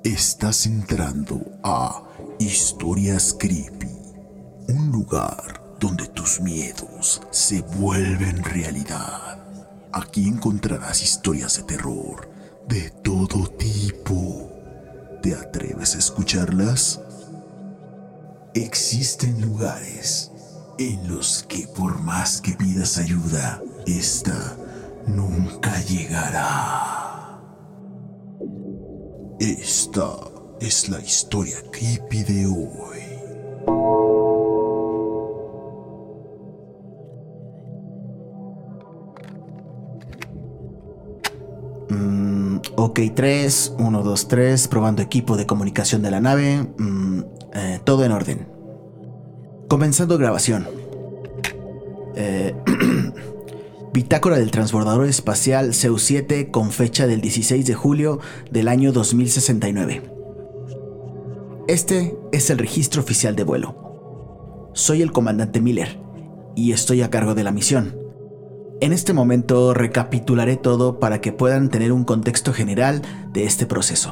Estás entrando a Historias Creepy, un lugar donde tus miedos se vuelven realidad. Aquí encontrarás historias de terror de todo tipo. ¿Te atreves a escucharlas? Existen lugares en los que por más que pidas ayuda, esta nunca llegará. Esta es la historia creepy de hoy. Ok, 3, 1, 2, 3, probando equipo de comunicación de la nave. Todo en orden. Comenzando grabación. Bitácora del transbordador espacial Zeus 7 con fecha del 16 de julio del año 2069. Este es el registro oficial de vuelo. Soy el comandante Miller y estoy a cargo de la misión. En este momento recapitularé todo para que puedan tener un contexto general de este proceso.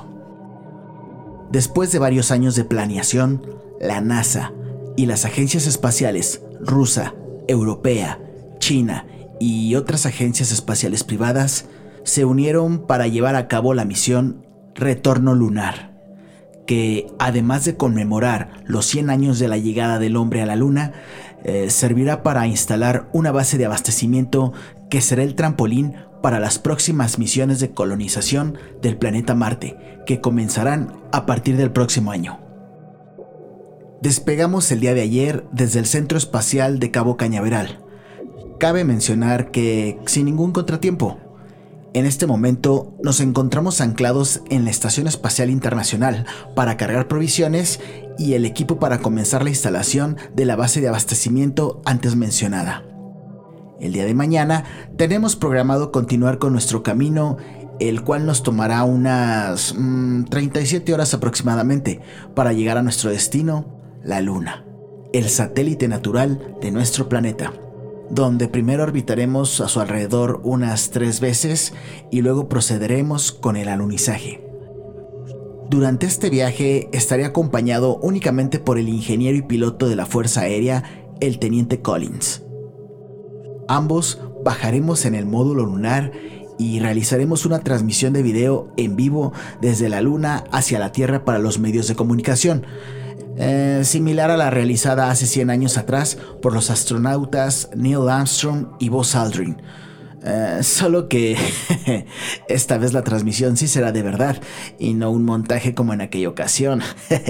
Después de varios años de planeación, la NASA y las agencias espaciales rusa, europea, china y otras agencias espaciales privadas se unieron para llevar a cabo la misión Retorno Lunar, que además de conmemorar los 100 años de la llegada del hombre a la Luna, servirá para instalar una base de abastecimiento que será el trampolín para las próximas misiones de colonización del planeta Marte, que comenzarán a partir del próximo año. Despegamos el día de ayer desde el Centro Espacial de Cabo Cañaveral. Cabe mencionar que sin ningún contratiempo. En este momento nos encontramos anclados en la Estación Espacial Internacional para cargar provisiones y el equipo para comenzar la instalación de la base de abastecimiento antes mencionada. El día de mañana tenemos programado continuar con nuestro camino, el cual nos tomará unas 37 horas aproximadamente para llegar a nuestro destino, la Luna, el satélite natural de nuestro planeta, donde primero orbitaremos a su alrededor unas 3 veces y luego procederemos con el alunizaje. Durante este viaje estaré acompañado únicamente por el ingeniero y piloto de la Fuerza Aérea, el teniente Collins. Ambos bajaremos en el módulo lunar y realizaremos una transmisión de video en vivo desde la Luna hacia la Tierra para los medios de comunicación, similar a la realizada hace 100 años atrás por los astronautas Neil Armstrong y Buzz Aldrin. Solo que esta vez la transmisión sí será de verdad y no un montaje como en aquella ocasión.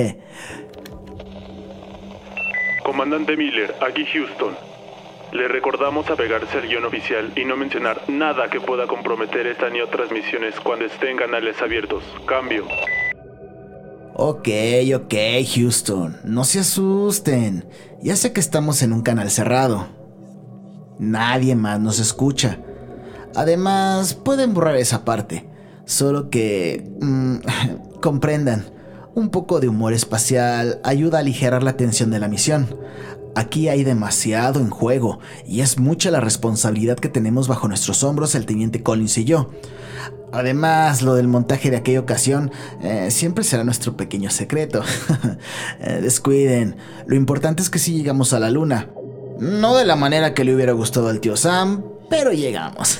Comandante Miller, aquí Houston. Le recordamos apegarse al guión oficial y no mencionar nada que pueda comprometer esta ni otras misiones cuando estén canales abiertos. Cambio. Ok, Houston, no se asusten. Ya sé que estamos en un canal cerrado. Nadie más nos escucha. Además, pueden borrar esa parte. Solo que... comprendan, un poco de humor espacial ayuda a aligerar la tensión de la misión. Aquí hay demasiado en juego y es mucha la responsabilidad que tenemos bajo nuestros hombros el teniente Collins y yo. Además, lo del montaje de aquella ocasión siempre será nuestro pequeño secreto. Descuiden, lo importante es que sí llegamos a la Luna. No de la manera que le hubiera gustado al tío Sam, pero llegamos.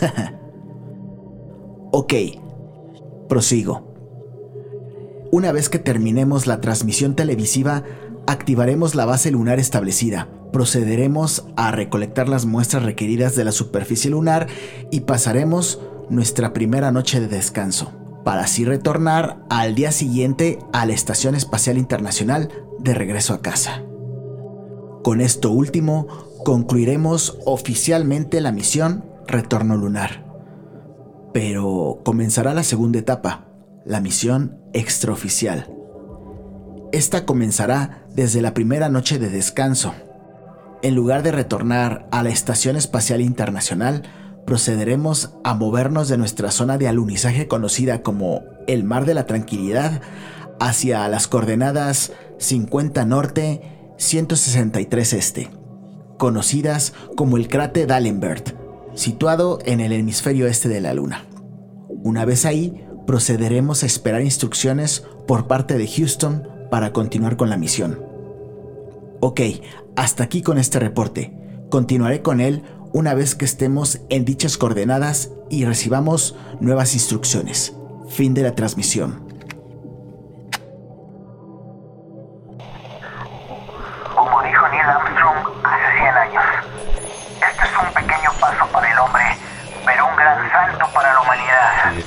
Ok, prosigo. Una vez que terminemos la transmisión televisiva, activaremos la base lunar establecida, procederemos a recolectar las muestras requeridas de la superficie lunar y pasaremos nuestra primera noche de descanso, para así retornar al día siguiente a la Estación Espacial Internacional de regreso a casa. Con esto último, concluiremos oficialmente la misión Retorno Lunar. Pero comenzará la segunda etapa, la misión extraoficial. Esta comenzará desde la primera noche de descanso. En lugar de retornar a la Estación Espacial Internacional, procederemos a movernos de nuestra zona de alunizaje conocida como el Mar de la Tranquilidad hacia las coordenadas 50 norte, 163 este, conocidas como el cráter D'Alembert, situado en el hemisferio este de la Luna. Una vez ahí, procederemos a esperar instrucciones por parte de Houston para continuar con la misión. Ok, hasta aquí con este reporte. Continuaré con él una vez que estemos en dichas coordenadas y recibamos nuevas instrucciones. Fin de la transmisión. Como dijo Neil Armstrong hace 100 años, este es un pequeño paso para el hombre, pero un gran salto para la humanidad.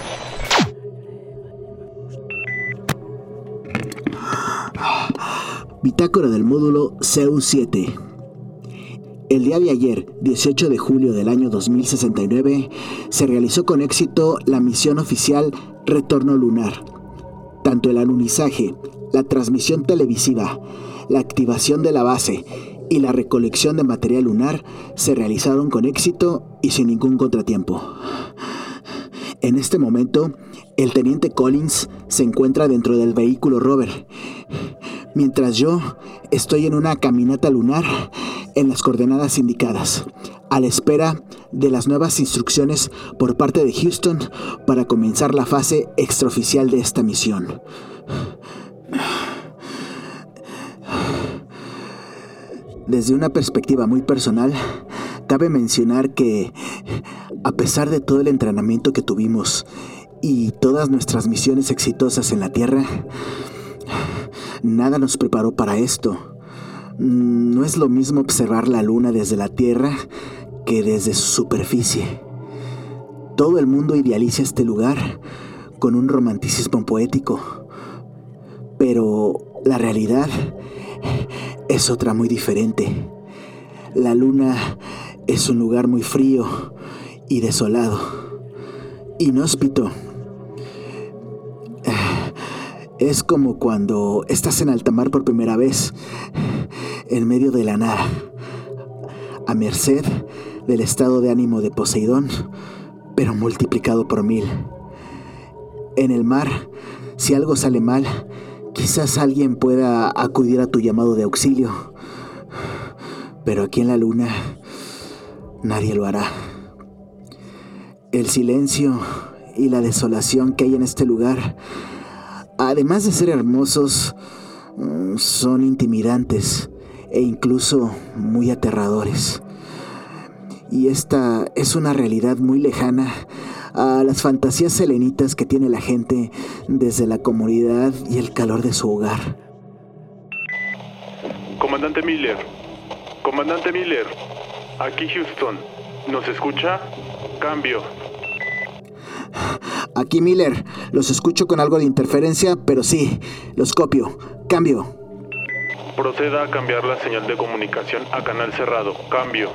Bitácora del módulo CEU-7. El día de ayer, 18 de julio del año 2069, se realizó con éxito la misión oficial Retorno Lunar. Tanto el alunizaje, la transmisión televisiva, la activación de la base y la recolección de material lunar se realizaron con éxito y sin ningún contratiempo. En este momento, el teniente Collins se encuentra dentro del vehículo rover, mientras yo estoy en una caminata lunar en las coordenadas indicadas, a la espera de las nuevas instrucciones por parte de Houston para comenzar la fase extraoficial de esta misión. Desde una perspectiva muy personal, cabe mencionar que, a pesar de todo el entrenamiento que tuvimos y todas nuestras misiones exitosas en la Tierra, nada nos preparó para esto. No es lo mismo observar la Luna desde la Tierra que desde su superficie. Todo el mundo idealiza este lugar con un romanticismo poético, pero la realidad es otra muy diferente. La Luna es un lugar muy frío y desolado, inhóspito. Es como cuando estás en alta mar por primera vez, en medio de la nada, a merced del estado de ánimo de Poseidón, pero multiplicado por 1000. En el mar, si algo sale mal, quizás alguien pueda acudir a tu llamado de auxilio, pero aquí en la Luna, nadie lo hará. El silencio y la desolación que hay en este lugar, además de ser hermosos, son intimidantes e incluso muy aterradores. Y esta es una realidad muy lejana a las fantasías selenitas que tiene la gente desde la comodidad y el calor de su hogar. Comandante Miller. Comandante Miller. Aquí Houston. ¿Nos escucha? Cambio. Aquí Miller. Los escucho con algo de interferencia, pero sí, los copio. Cambio. Proceda a cambiar la señal de comunicación a canal cerrado. Cambio.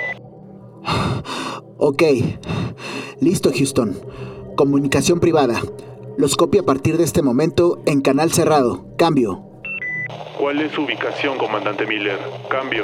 Ok. Listo, Houston. Comunicación privada. Los copio a partir de este momento en canal cerrado. Cambio. ¿Cuál es su ubicación, comandante Miller? Cambio.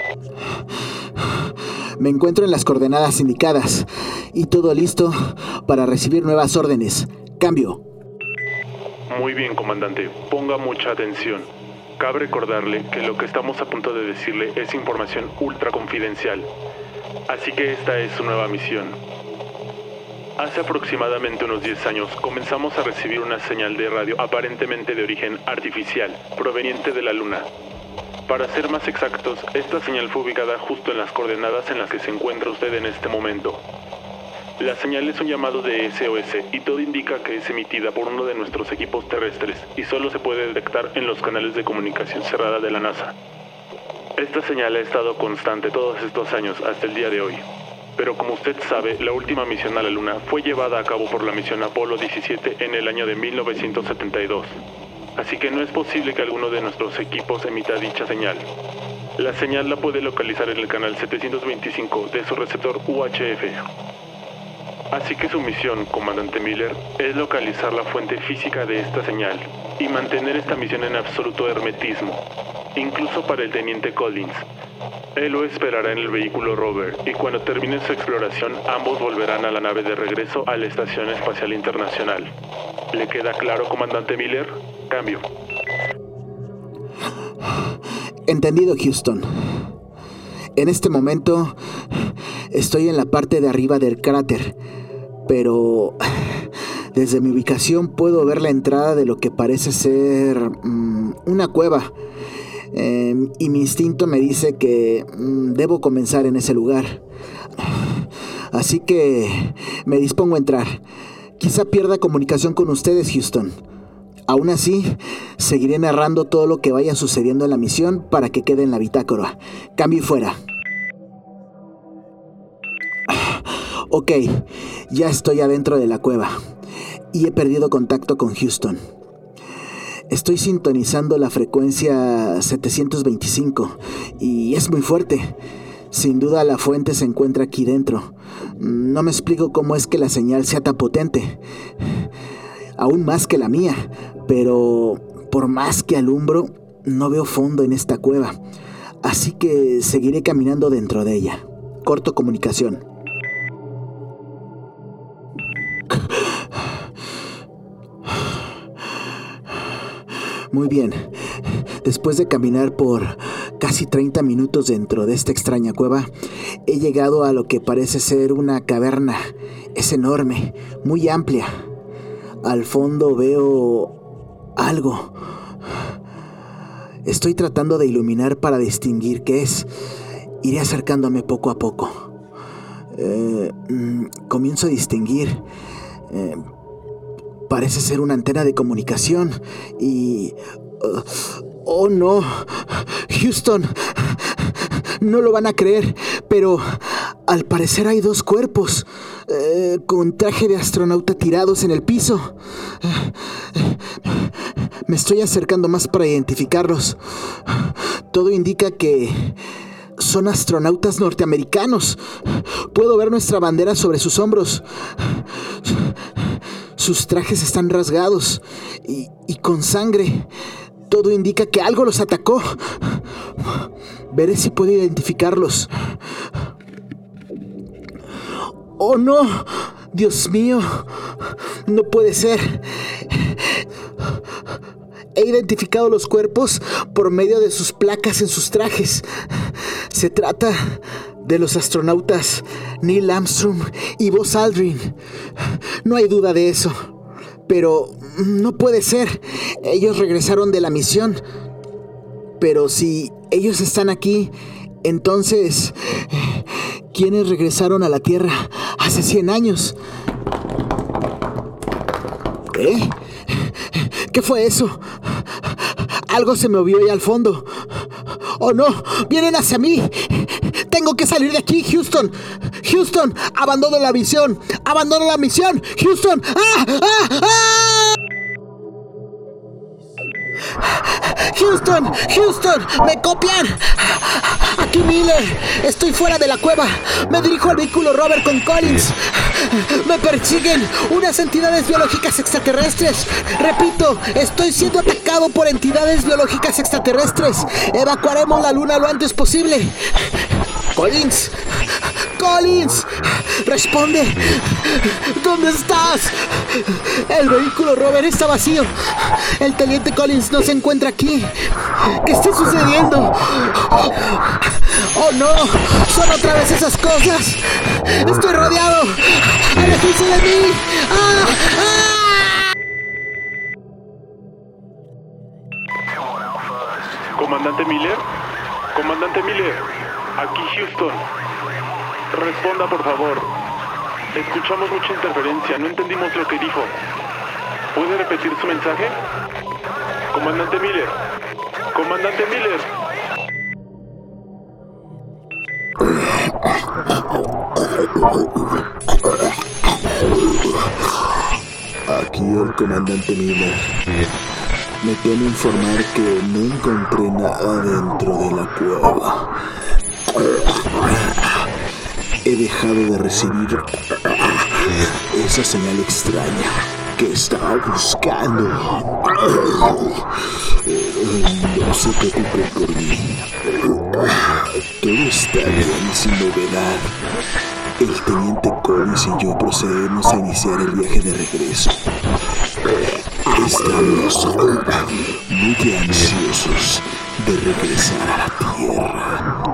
Me encuentro en las coordenadas indicadas y todo listo para recibir nuevas órdenes. Cambio. Muy bien, comandante. Ponga mucha atención. Cabe recordarle que lo que estamos a punto de decirle es información ultra confidencial. Así que esta es su nueva misión. Hace aproximadamente unos 10 años comenzamos a recibir una señal de radio aparentemente de origen artificial, proveniente de la Luna. Para ser más exactos, esta señal fue ubicada justo en las coordenadas en las que se encuentra usted en este momento. La señal es un llamado de SOS y todo indica que es emitida por uno de nuestros equipos terrestres y solo se puede detectar en los canales de comunicación cerrada de la NASA. Esta señal ha estado constante todos estos años hasta el día de hoy. Pero como usted sabe, la última misión a la Luna fue llevada a cabo por la misión Apolo 17 en el año de 1972. Así que no es posible que alguno de nuestros equipos emita dicha señal. La señal la puede localizar en el canal 725 de su receptor UHF. Así que su misión, comandante Miller, es localizar la fuente física de esta señal y mantener esta misión en absoluto hermetismo, incluso para el teniente Collins. Él lo esperará en el vehículo rover y cuando termine su exploración, ambos volverán a la nave de regreso a la Estación Espacial Internacional. ¿Le queda claro, comandante Miller? Cambio. Entendido, Houston. En este momento estoy en la parte de arriba del cráter, pero Desde mi ubicación puedo ver la entrada de lo que parece ser una cueva. Y mi instinto me dice que debo comenzar en ese lugar. Así que me dispongo a entrar. Quizá pierda comunicación con ustedes, Houston. Aún así, seguiré narrando todo lo que vaya sucediendo en la misión para que quede en la bitácora. Cambio y fuera. Ok, ya estoy adentro de la cueva y he perdido contacto con Houston. Estoy sintonizando la frecuencia 725 y es muy fuerte. Sin duda la fuente se encuentra aquí dentro. No me explico cómo es que la señal sea tan potente. Aún más que la mía, pero por más que alumbro, no veo fondo en esta cueva. Así que seguiré caminando dentro de ella. Corto comunicación. Muy bien. Después de caminar por casi 30 minutos dentro de esta extraña cueva, he llegado a lo que parece ser una caverna. Es enorme, muy amplia. Al fondo veo algo. Estoy tratando de iluminar para distinguir qué es. Iré acercándome poco a poco. Comienzo a distinguir. Parece ser una antena de comunicación y... ¡Oh, no! Houston, no lo van a creer, pero al parecer hay dos cuerpos con traje de astronauta tirados en el piso. Me estoy acercando más para identificarlos. Todo indica que son astronautas norteamericanos. Puedo ver nuestra bandera sobre sus hombros. Sus trajes están rasgados y con sangre. Todo indica que algo los atacó. Veré si puedo identificarlos. ¡Oh, no! ¡Dios mío! No puede ser. He identificado los cuerpos por medio de sus placas en sus trajes. Se trata de los astronautas Neil Armstrong y Buzz Aldrin. No hay duda de eso. Pero no puede ser. Ellos regresaron de la misión. Pero si ellos están aquí, entonces, ¿quiénes regresaron a la Tierra hace 100 años? ¿Eh? ¿Qué fue eso? Algo se movió ahí al fondo. ¡Oh, no! ¡Vienen hacia mí! ¡Tengo que salir de aquí, Houston! ¡Houston! ¡Abandono la misión! ¡Abandono la misión! ¡Houston! ¡Ah! ¡Ah! ¡Ah! ¡Houston! ¡Houston! ¡Me copian! ¡Aquí Miller! ¡Estoy fuera de la cueva! ¡Me dirijo al vehículo Robert con Collins! ¡Me persiguen unas entidades biológicas extraterrestres! ¡Repito! ¡Estoy siendo atacado por entidades biológicas extraterrestres! ¡Evacuaremos la luna lo antes posible! ¡Collins! ¡Collins! ¡Responde! ¿Dónde estás? El vehículo Robert está vacío. El teniente Collins no se encuentra aquí. ¿Qué está sucediendo? ¡Oh, no! ¡Son otra vez esas cosas! ¡Estoy rodeado! ¡Aléjense de mí! ¡Ah! ¡Ah! ¿Comandante Miller? ¡Comandante Miller! Aquí Houston. Responda, por favor. Escuchamos mucha interferencia, no entendimos lo que dijo. ¿Puede repetir su mensaje? Comandante Miller. Comandante Miller. Aquí el comandante Miller. Me temo informar que no encontré nada dentro de la cueva. He dejado de recibir esa señal extraña que estaba buscando. No se preocupen por mí. Todo está bien y sin novedad. El teniente Collins y yo procedemos a iniciar el viaje de regreso. Estamos muy ansiosos de regresar a la Tierra.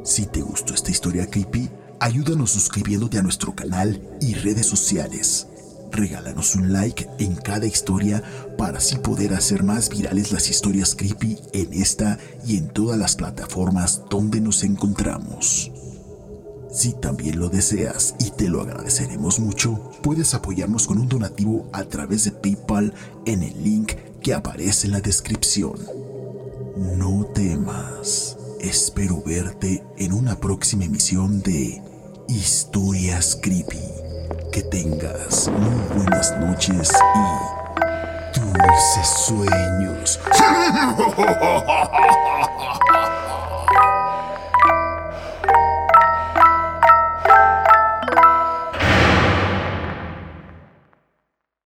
Si te gustó esta historia creepy, ayúdanos suscribiéndote a nuestro canal y redes sociales. Regálanos un like en cada historia para así poder hacer más virales las historias creepy en esta y en todas las plataformas donde nos encontramos. Si también lo deseas y te lo agradeceremos mucho, puedes apoyarnos con un donativo a través de PayPal en el link que aparece en la descripción. No temas, espero verte en una próxima emisión de Historias Creepy. Que tengas muy buenas noches y dulces sueños.